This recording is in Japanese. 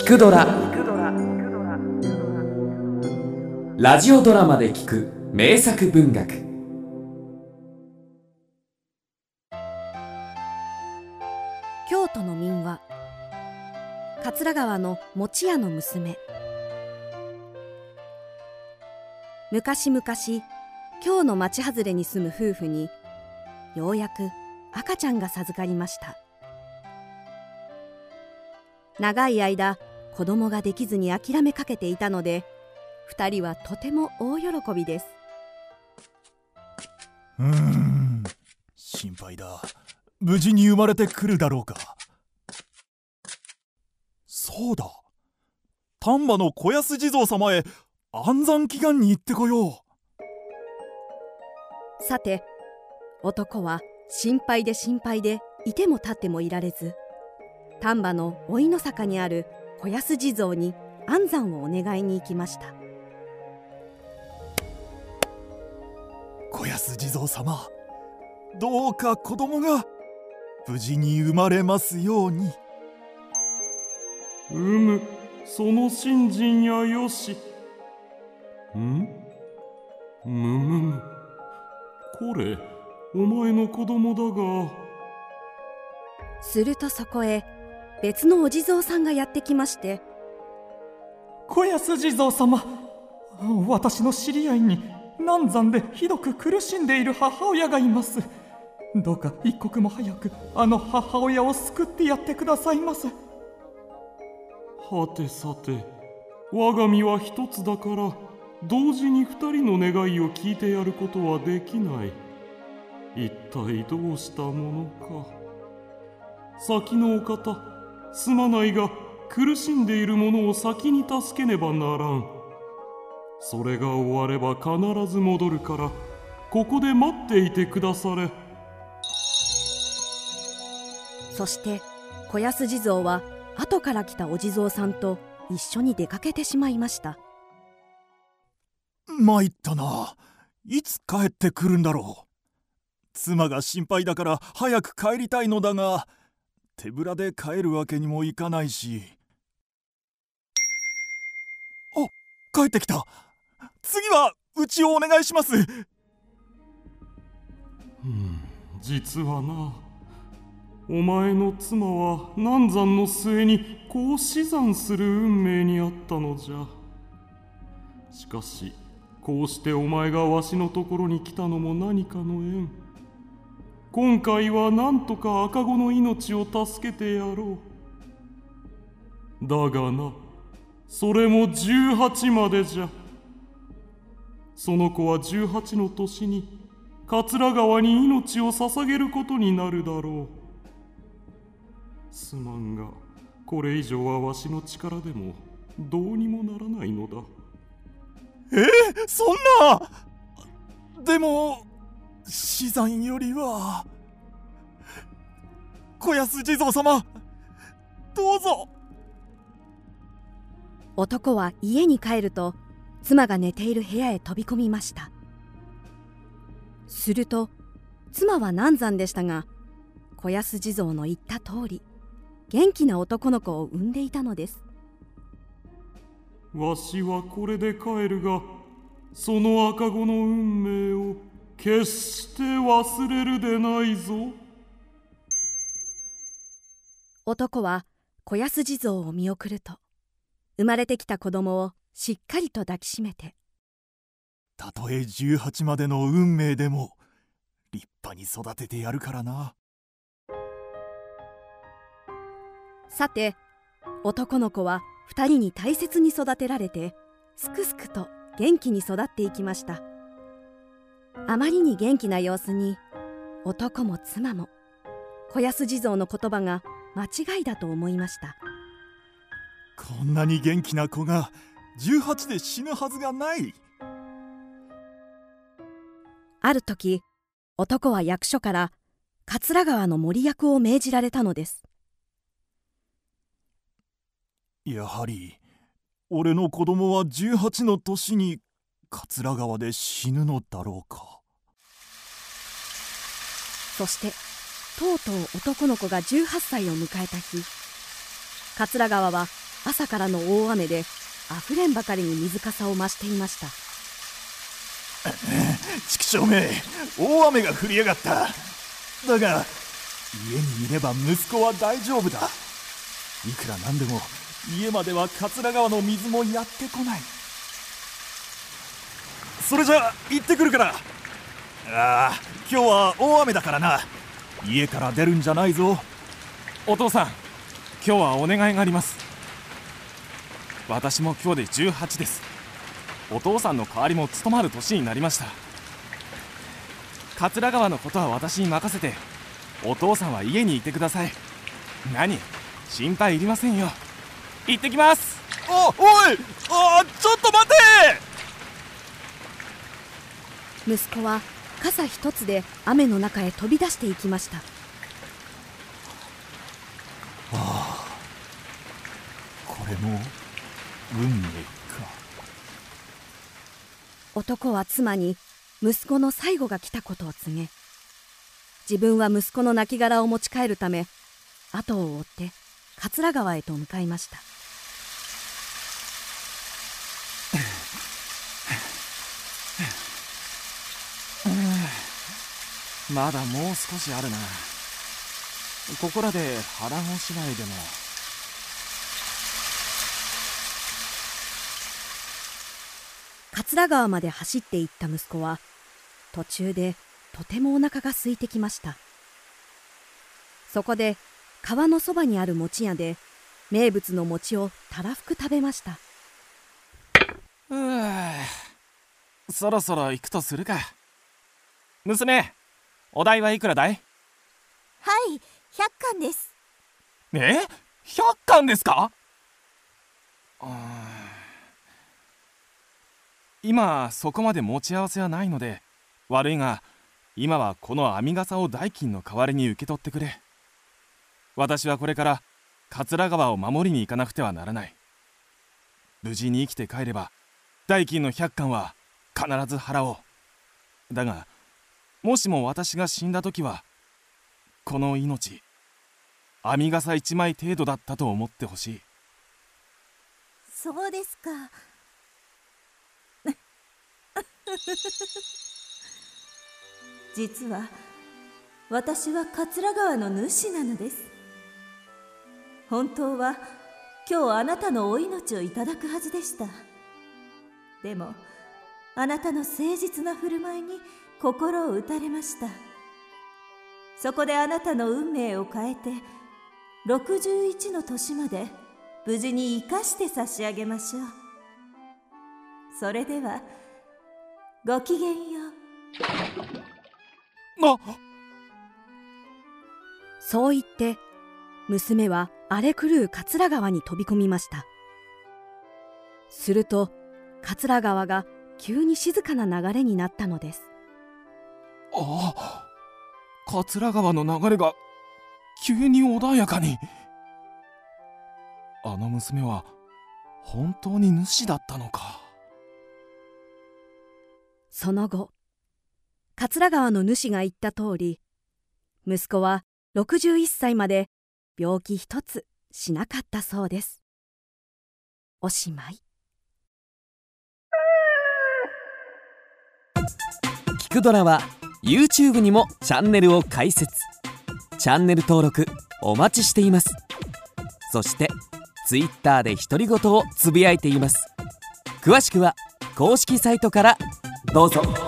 聞くドラ」ラジオドラマで聞く名作文学。 京都の民話、桂川の餅屋の娘。昔々、京の町外れに住む夫婦にようやく赤ちゃんが授かりました。長い間子供ができずに諦めかけていたので、二人はとても大喜びです。 心配だ。無事に生まれてくるだろうか。そうだ、丹波の小安地蔵様へ安産祈願に行ってこよう。さて、男は心配でいても立ってもいられず、丹波のおいの坂にある小安地蔵に安産をお願いに行きました。 小安地蔵様、どうか子供が無事に生まれますように。 その信心やよし。これお前の子供だが。 するとそこへ別のお地蔵さんがやってきまして、 小安地蔵様、私の知り合いに難産でひどく苦しんでいる母親がいます。どうか一刻も早くあの母親を救ってやってくださいませ。 はてさて、我が身は一つだから同時に二人の願いを聞いてやることはできない。一体どうしたものか。先のお方、すまないが苦しんでいる者を先に助けねばならん。それが終われば必ず戻るから、ここで待っていてくだされ。 そして小安地蔵は後から来たお地蔵さんと一緒に出かけてしまいました。 参ったな。いつ帰ってくるんだろう。妻が心配だから早く帰りたいのだが、手ぶらで帰るわけにもいかないし。帰ってきた。次はうちをお願いします。 実はな、お前の妻は難産の末に子を死産する運命にあったのじゃ。しかしこうしてお前がわしのところに来たのも何かの縁。今回はなんとか赤子の命を助けてやろう。だがな、それも18までじゃ。その子は18の年に桂川に命を捧げることになるだろう。すまんが、これ以上はわしの力でもどうにもならないのだ。 そんな。でも死産よりは。小安地蔵様、どうぞ。 男は家に帰ると、妻が寝ている部屋へ飛び込みました。すると妻は難産でしたが、小安地蔵の言った通り元気な男の子を産んでいたのです。 わしはこれで帰るが、その赤子の運命を決して忘れるでないぞ。 男は小安地蔵を見送ると、生まれてきた子供をしっかりと抱きしめて、 たとえ18までの運命でも立派に育ててやるからな。 さて、男の子は2人に大切に育てられて、すくすくと元気に育っていきました。あまりに元気な様子に、男も妻も小安地蔵の言葉が間違いだと思いました。 こんなに元気な子が18で死ぬはずがない。 ある時、男は役所から桂川の守役を命じられたのです。 やはり俺の子供は18の年に桂川で死ぬのだろうか。 そしてとうとう男の子が18歳を迎えた日、桂川は朝からの大雨であふれんばかりに水かさを増していました。 畜生め、大雨が降りやがった。だが家にいれば息子は大丈夫だ。いくらなんでも家までは桂川の水もやってこない。それじゃ行ってくるから。今日は大雨だからな、家から出るんじゃないぞ。 お父さん、今日はお願いがあります。私も今日で18です。お父さんの代わりも務まる年になりました。桂川のことは私に任せて、お父さんは家にいてください。何、心配いりませんよ。行ってきます。 おい、ちょっと待て。 息子は傘一つで雨の中へ飛び出していきました。 これも運命か。 男は妻に息子の最後が来たことを告げ、自分は息子の亡骸を持ち帰るため後を追って桂川へと向かいました。 まだもう少しあるな。ここらで腹ごしらえでも。 桂川まで走っていった息子は途中でとてもお腹が空いてきました。そこで川のそばにある餅屋で名物の餅をたらふく食べました。 そろそろ行くとするか。娘、お代はいくらだい？ はい、100貫です。 100貫ですか？今そこまで持ち合わせはないので悪いが、今はこの編み笠を代金の代わりに受け取ってくれ。私はこれから桂川を守りに行かなくてはならない。無事に生きて帰れば代金の100貫は必ず払おう。だがもしも私が死んだ時はこの命編み笠1枚程度だったと思ってほしい。 そうですか。実は私は桂川の主なのです。本当は今日あなたのお命をいただくはずでした。でもあなたの誠実な振る舞いに心を打たれました。そこであなたの運命を変えて61の年まで無事に生かして差し上げましょう。それではごきげんよう。 そう言って娘は荒れ狂う桂川に飛び込みました。すると桂川が急に静かな流れになったのです。 桂川の流れが急に穏やかに。あの娘は本当に主だったのか。 その後、桂川の主が言った通り、息子は61歳まで病気一つしなかったそうです。おしまい。 聞くドラは YouTube にもチャンネルを開設。チャンネル登録お待ちしています。そして Twitter で独り言をつぶやいています。詳しくは公式サイトからどうぞ。